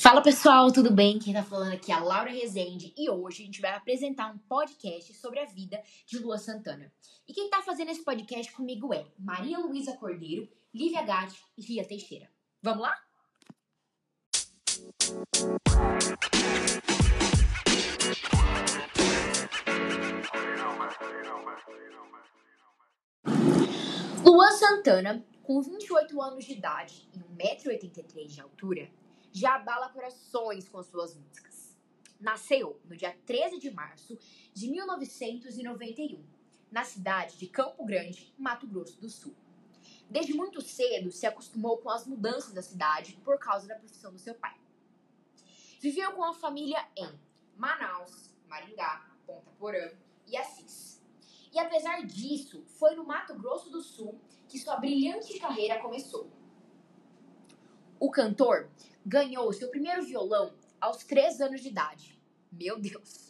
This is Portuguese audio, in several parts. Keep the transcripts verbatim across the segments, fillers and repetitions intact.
Fala pessoal, tudo bem? Quem tá falando aqui é a Laura Rezende e hoje a gente vai apresentar um podcast sobre a vida de Luan Santana. E quem tá fazendo esse podcast comigo é Maria Luísa Cordeiro, Lívia Gatti e Ria Teixeira. Vamos lá? Luan Santana, com vinte e oito anos de idade e um metro e oitenta e três de altura, já abala corações com suas músicas. Nasceu no dia treze de março de mil novecentos e noventa e um, na cidade de Campo Grande, Mato Grosso do Sul. Desde muito cedo se acostumou com as mudanças da cidade por causa da profissão do seu pai. Viveu com a família em Manaus, Maringá, Ponta Porã e Assis. E apesar disso, foi no Mato Grosso do Sul que sua brilhante carreira começou. O cantor ganhou seu primeiro violão aos três anos de idade. Meu Deus!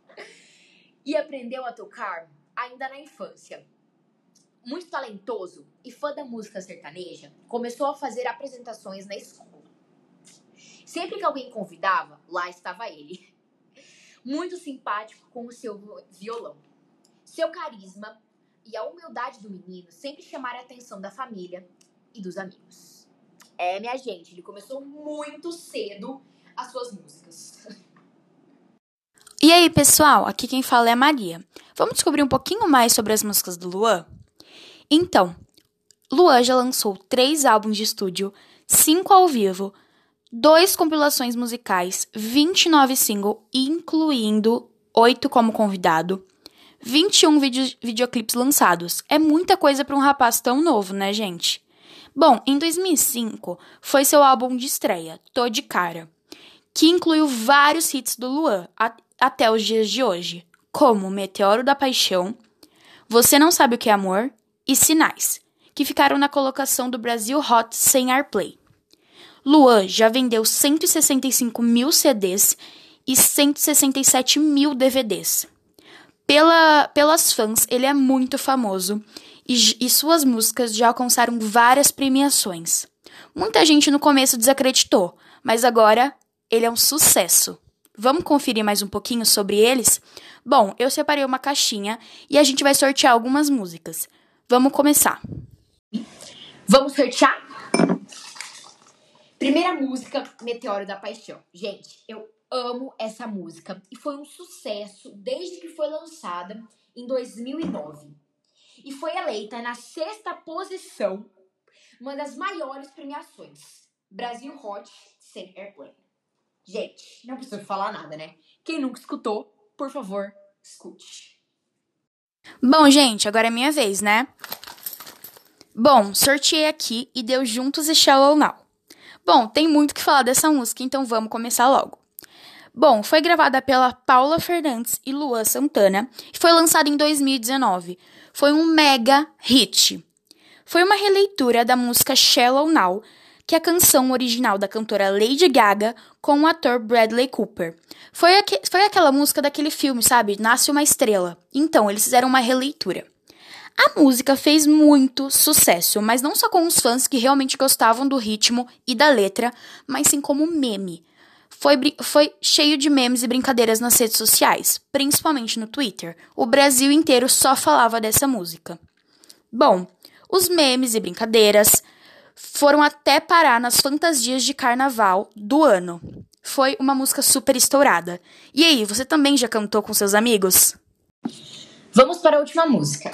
E aprendeu a tocar ainda na infância. Muito talentoso e fã da música sertaneja, começou a fazer apresentações na escola. Sempre que alguém convidava, lá estava ele. Muito simpático com o seu violão. Seu carisma e a humildade do menino sempre chamaram a atenção da família e dos amigos. É, minha gente, ele começou muito cedo as suas músicas. E aí, pessoal, aqui quem fala é a Maria. Vamos descobrir um pouquinho mais sobre as músicas do Luan? Então, Luan já lançou três álbuns de estúdio, cinco ao vivo, dois compilações musicais, vinte e nove singles, incluindo oito como convidado, vinte e um vídeo, videoclipes lançados. É muita coisa para um rapaz tão novo, né, gente? Bom, em dois mil e cinco foi seu álbum de estreia, Tô de Cara, que incluiu vários hits do Luan a- até os dias de hoje, como Meteoro da Paixão, Você Não Sabe o que é Amor e Sinais, que ficaram na colocação do Brasil Hot sem Airplay. Luan já vendeu cento e sessenta e cinco mil C Ds e cento e sessenta e sete mil D V Ds. Pela, pelas fãs, ele é muito famoso e, e suas músicas já alcançaram várias premiações. Muita gente no começo desacreditou, mas agora ele é um sucesso. Vamos conferir mais um pouquinho sobre eles? Bom, eu separei uma caixinha e a gente vai sortear algumas músicas. Vamos começar. Vamos sortear? Primeira música, Meteoro da Paixão. Gente, eu amo essa música e foi um sucesso desde que foi lançada em dois mil e nove. E foi eleita na sexta posição, uma das maiores premiações, Brasil Hot sem Airplane. Gente, não preciso falar nada, né? Quem nunca escutou, por favor, escute. Bom, gente, agora é minha vez, né? Bom, sorteei aqui e deu Juntos e Shallow Now. Bom, tem muito o que falar dessa música, então vamos começar logo. Bom, foi gravada pela Paula Fernandes e Luan Santana e foi lançada em dois mil e dezenove. Foi um mega hit. Foi uma releitura da música Shallow Now, que é a canção original da cantora Lady Gaga com o ator Bradley Cooper. Foi, aqu- foi aquela música daquele filme, sabe? Nasce uma Estrela. Então, eles fizeram uma releitura. A música fez muito sucesso, mas não só com os fãs que realmente gostavam do ritmo e da letra, mas sim como meme. Foi, foi cheio de memes e brincadeiras nas redes sociais, principalmente no Twitter. O Brasil inteiro só falava dessa música. Bom, os memes e brincadeiras foram até parar nas fantasias de carnaval do ano. Foi uma música super estourada. E aí, você também já cantou com seus amigos? Vamos para a última música,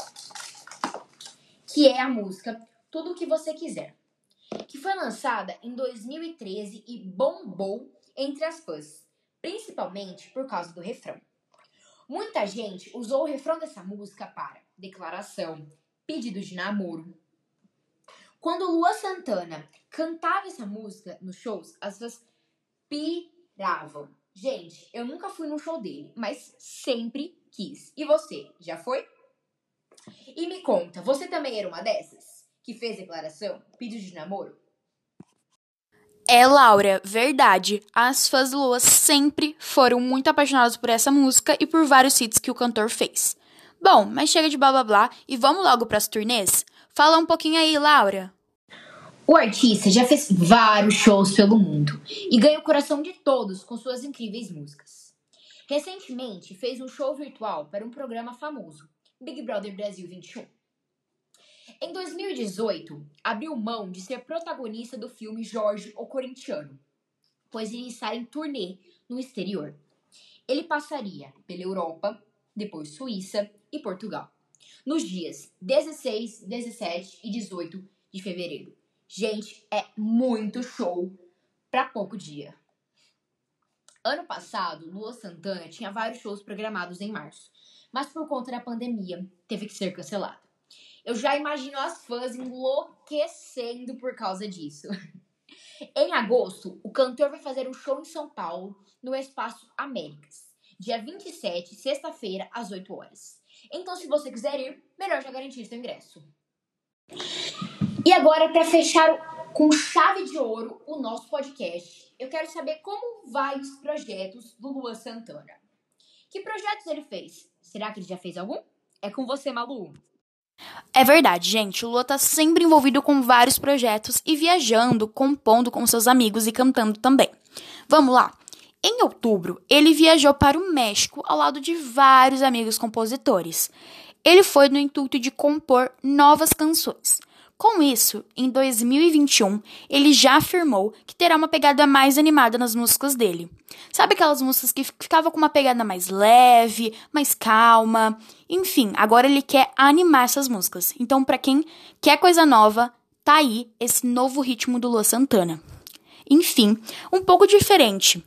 que é a música Tudo o que Você Quiser, que foi lançada em dois mil e treze e bombou entre as fãs, principalmente por causa do refrão. Muita gente usou o refrão dessa música para declaração, pedido de namoro. Quando Luan Santana cantava essa música nos shows, as fãs piravam. Gente, eu nunca fui num show dele, mas sempre quis. E você, já foi? E me conta, você também era uma dessas? Que fez declaração, pedido de namoro? É, Laura, verdade. As fãs do Luan sempre foram muito apaixonadas por essa música e por vários hits que o cantor fez. Bom, mas chega de blá blá blá e vamos logo pras turnês? Fala um pouquinho aí, Laura. O artista já fez vários shows pelo mundo e ganha o coração de todos com suas incríveis músicas. Recentemente fez um show virtual para um programa famoso, Big Brother Brasil vinte e um. Em dois mil e dezoito, abriu mão de ser protagonista do filme Jorge, o Corintiano, pois iria estar em turnê no exterior. Ele passaria pela Europa, depois Suíça e Portugal, nos dias dezesseis, dezessete e dezoito de fevereiro. Gente, é muito show para pouco dia. Ano passado, Luan Santana tinha vários shows programados em março, mas por conta da pandemia, teve que ser cancelado. Eu já imagino as fãs enlouquecendo por causa disso. Em agosto, o cantor vai fazer um show em São Paulo, no Espaço Américas, dia vinte e sete, sexta-feira, às oito horas. Então, se você quiser ir, melhor já garantir seu ingresso. E agora, para fechar com chave de ouro o nosso podcast, eu quero saber como vai os projetos do Luan Santana. Que projetos ele fez? Será que ele já fez algum? É com você, Malu. É verdade, gente. O Lua tá sempre envolvido com vários projetos e viajando, compondo com seus amigos e cantando também. Vamos lá. Em outubro, ele viajou para o México ao lado de vários amigos compositores. Ele foi no intuito de compor novas canções. Com isso, em dois mil e vinte e um, ele já afirmou que terá uma pegada mais animada nas músicas dele. Sabe aquelas músicas que ficavam com uma pegada mais leve, mais calma? Enfim, agora ele quer animar essas músicas. Então, pra quem quer coisa nova, tá aí esse novo ritmo do Luan Santana. Enfim, um pouco diferente.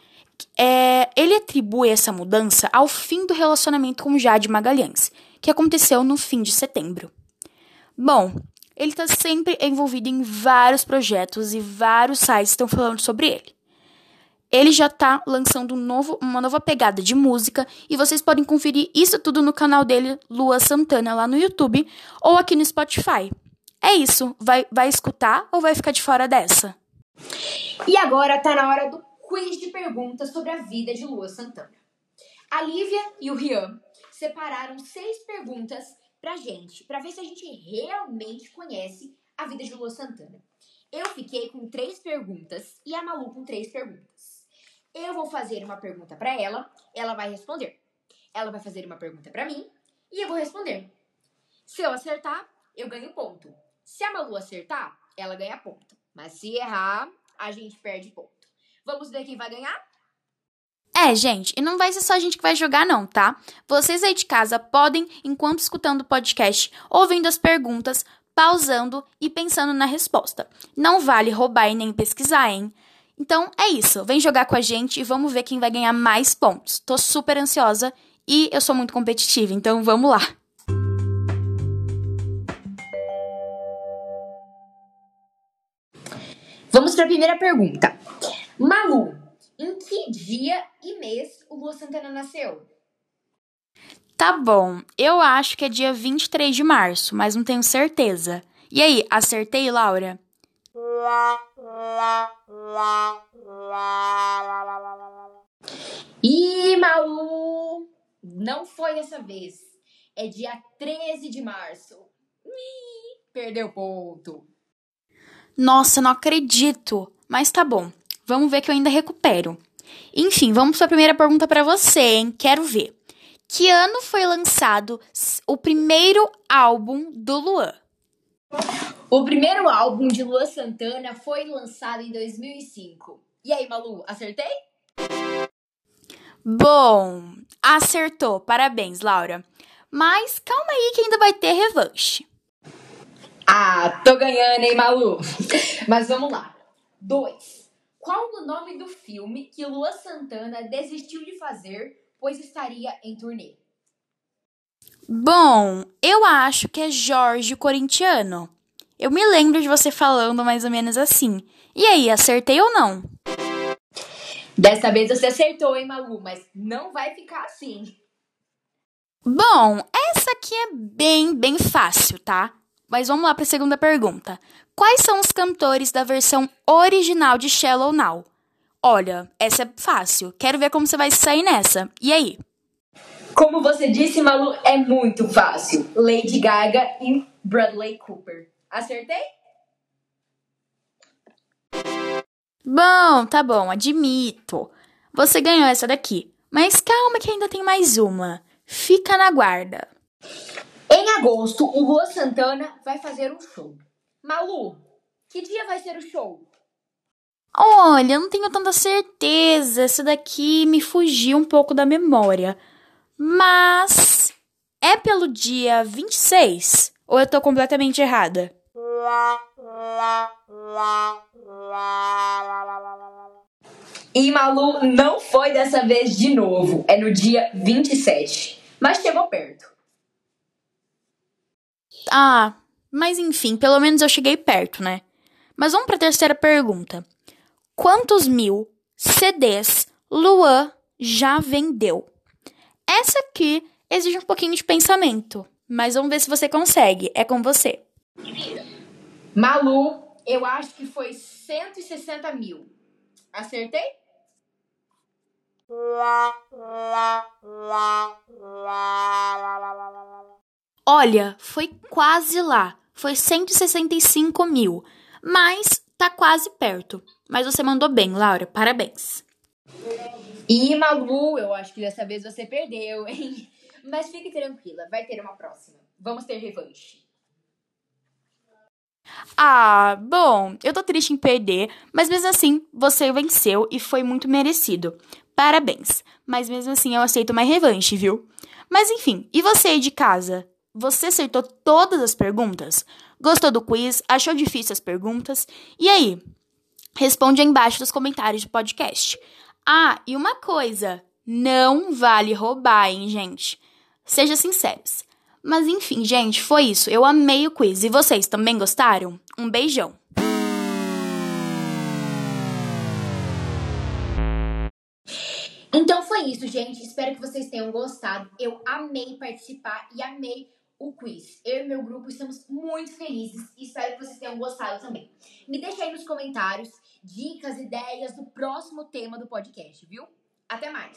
É, ele atribui essa mudança ao fim do relacionamento com Jade Magalhães, que aconteceu no fim de setembro. Bom, ele está sempre envolvido em vários projetos e vários sites estão falando sobre ele. Ele já está lançando um novo, uma nova pegada de música e vocês podem conferir isso tudo no canal dele, Luan Santana, lá no YouTube ou aqui no Spotify. É isso, vai, vai escutar ou vai ficar de fora dessa? E agora tá na hora do quiz de perguntas sobre a vida de Luan Santana. A Lívia e o Rian separaram seis perguntas pra gente, pra ver se a gente realmente conhece a vida de Luan Santana. Eu fiquei com três perguntas e a Malu com três perguntas. Eu vou fazer uma pergunta pra ela, ela vai responder. Ela vai fazer uma pergunta pra mim e eu vou responder. Se eu acertar, eu ganho ponto. Se a Malu acertar, ela ganha ponto. Mas se errar, a gente perde ponto. Vamos ver quem vai ganhar? É, gente, e não vai ser só a gente que vai jogar não, tá? Vocês aí de casa podem, enquanto escutando o podcast, ouvindo as perguntas, pausando e pensando na resposta. Não vale roubar e nem pesquisar, hein? Então, é isso. Vem jogar com a gente e vamos ver quem vai ganhar mais pontos. Tô super ansiosa e eu sou muito competitiva, então vamos lá. Vamos para a primeira pergunta. Malu, em que dia e mês o Luan Santana nasceu? Tá bom, eu acho que é dia vinte e três de março, mas não tenho certeza. E aí, acertei, Laura? Ih, Malu, não foi dessa vez. É dia treze de março. Ih, perdeu ponto. Nossa, não acredito. Mas tá bom, vamos ver que eu ainda recupero. Enfim, vamos para a primeira pergunta para você, hein? Quero ver. Que ano foi lançado o primeiro álbum do Luan? O primeiro álbum de Luan Santana foi lançado em dois mil e cinco. E aí, Malu, acertei? Bom, acertou. Parabéns, Laura. Mas calma aí que ainda vai ter revanche. Ah, tô ganhando, hein, Malu? Mas vamos lá. Dois. Qual o nome do filme que Luan Santana desistiu de fazer, pois estaria em turnê? Bom, eu acho que é Jorge, o Corintiano. Eu me lembro de você falando mais ou menos assim. E aí, acertei ou não? Dessa vez você acertou, hein, Malu? Mas não vai ficar assim. Bom, essa aqui é bem, bem fácil, tá? Mas vamos lá para a segunda pergunta. Quais são os cantores da versão original de Shallow Now? Olha, essa é fácil. Quero ver como você vai sair nessa. E aí? Como você disse, Malu, é muito fácil. Lady Gaga e Bradley Cooper. Acertei? Bom, tá bom, admito. Você ganhou essa daqui. Mas calma que ainda tem mais uma. Fica na guarda. Em agosto, o Luan Santana vai fazer um show. Malu, que dia vai ser o show? Olha, eu não tenho tanta certeza. Essa daqui me fugiu um pouco da memória. Mas é pelo dia vinte e seis? Ou eu tô completamente errada? E Malu, não foi dessa vez de novo. É no dia vinte e sete. Mas chegou perto. Ah, mas enfim, pelo menos eu cheguei perto, né? Mas vamos para a terceira pergunta. Quantos mil C Ds Luan já vendeu? Essa aqui exige um pouquinho de pensamento, mas vamos ver se você consegue. É com você. Malu, eu acho que foi cento e sessenta mil. Acertei? Olha, foi quase lá. Foi cento e sessenta e cinco mil. Mas tá quase perto. Mas você mandou bem, Laura. Parabéns. E Malu, eu acho que dessa vez você perdeu, hein? Mas fique tranquila, vai ter uma próxima. Vamos ter revanche. Ah, bom, eu tô triste em perder, mas mesmo assim, você venceu e foi muito merecido. Parabéns. Mas mesmo assim, eu aceito uma revanche, viu? Mas enfim, e você aí de casa? Você acertou todas as perguntas? Gostou do quiz? Achou difícil as perguntas? E aí? Responde aí embaixo nos comentários do podcast. Ah, e uma coisa, não vale roubar, hein, gente? Seja sinceros. Mas enfim, gente, foi isso. Eu amei o quiz. E vocês também gostaram? Um beijão. Então foi isso, gente. Espero que vocês tenham gostado. Eu amei participar e amei o quiz. Eu e meu grupo estamos muito felizes e espero que vocês tenham gostado também. Me deixa aí nos comentários dicas, ideias do próximo tema do podcast, viu? Até mais!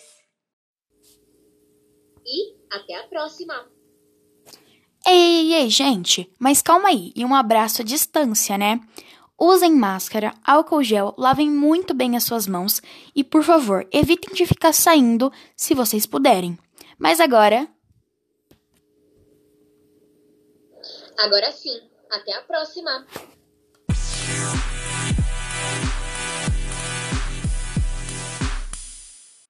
E até a próxima! Ei, ei, gente, mas calma aí. E um abraço à distância, né? Usem máscara, álcool gel, lavem muito bem as suas mãos e, por favor, evitem de ficar saindo se vocês puderem. Mas agora... Agora sim, até a próxima!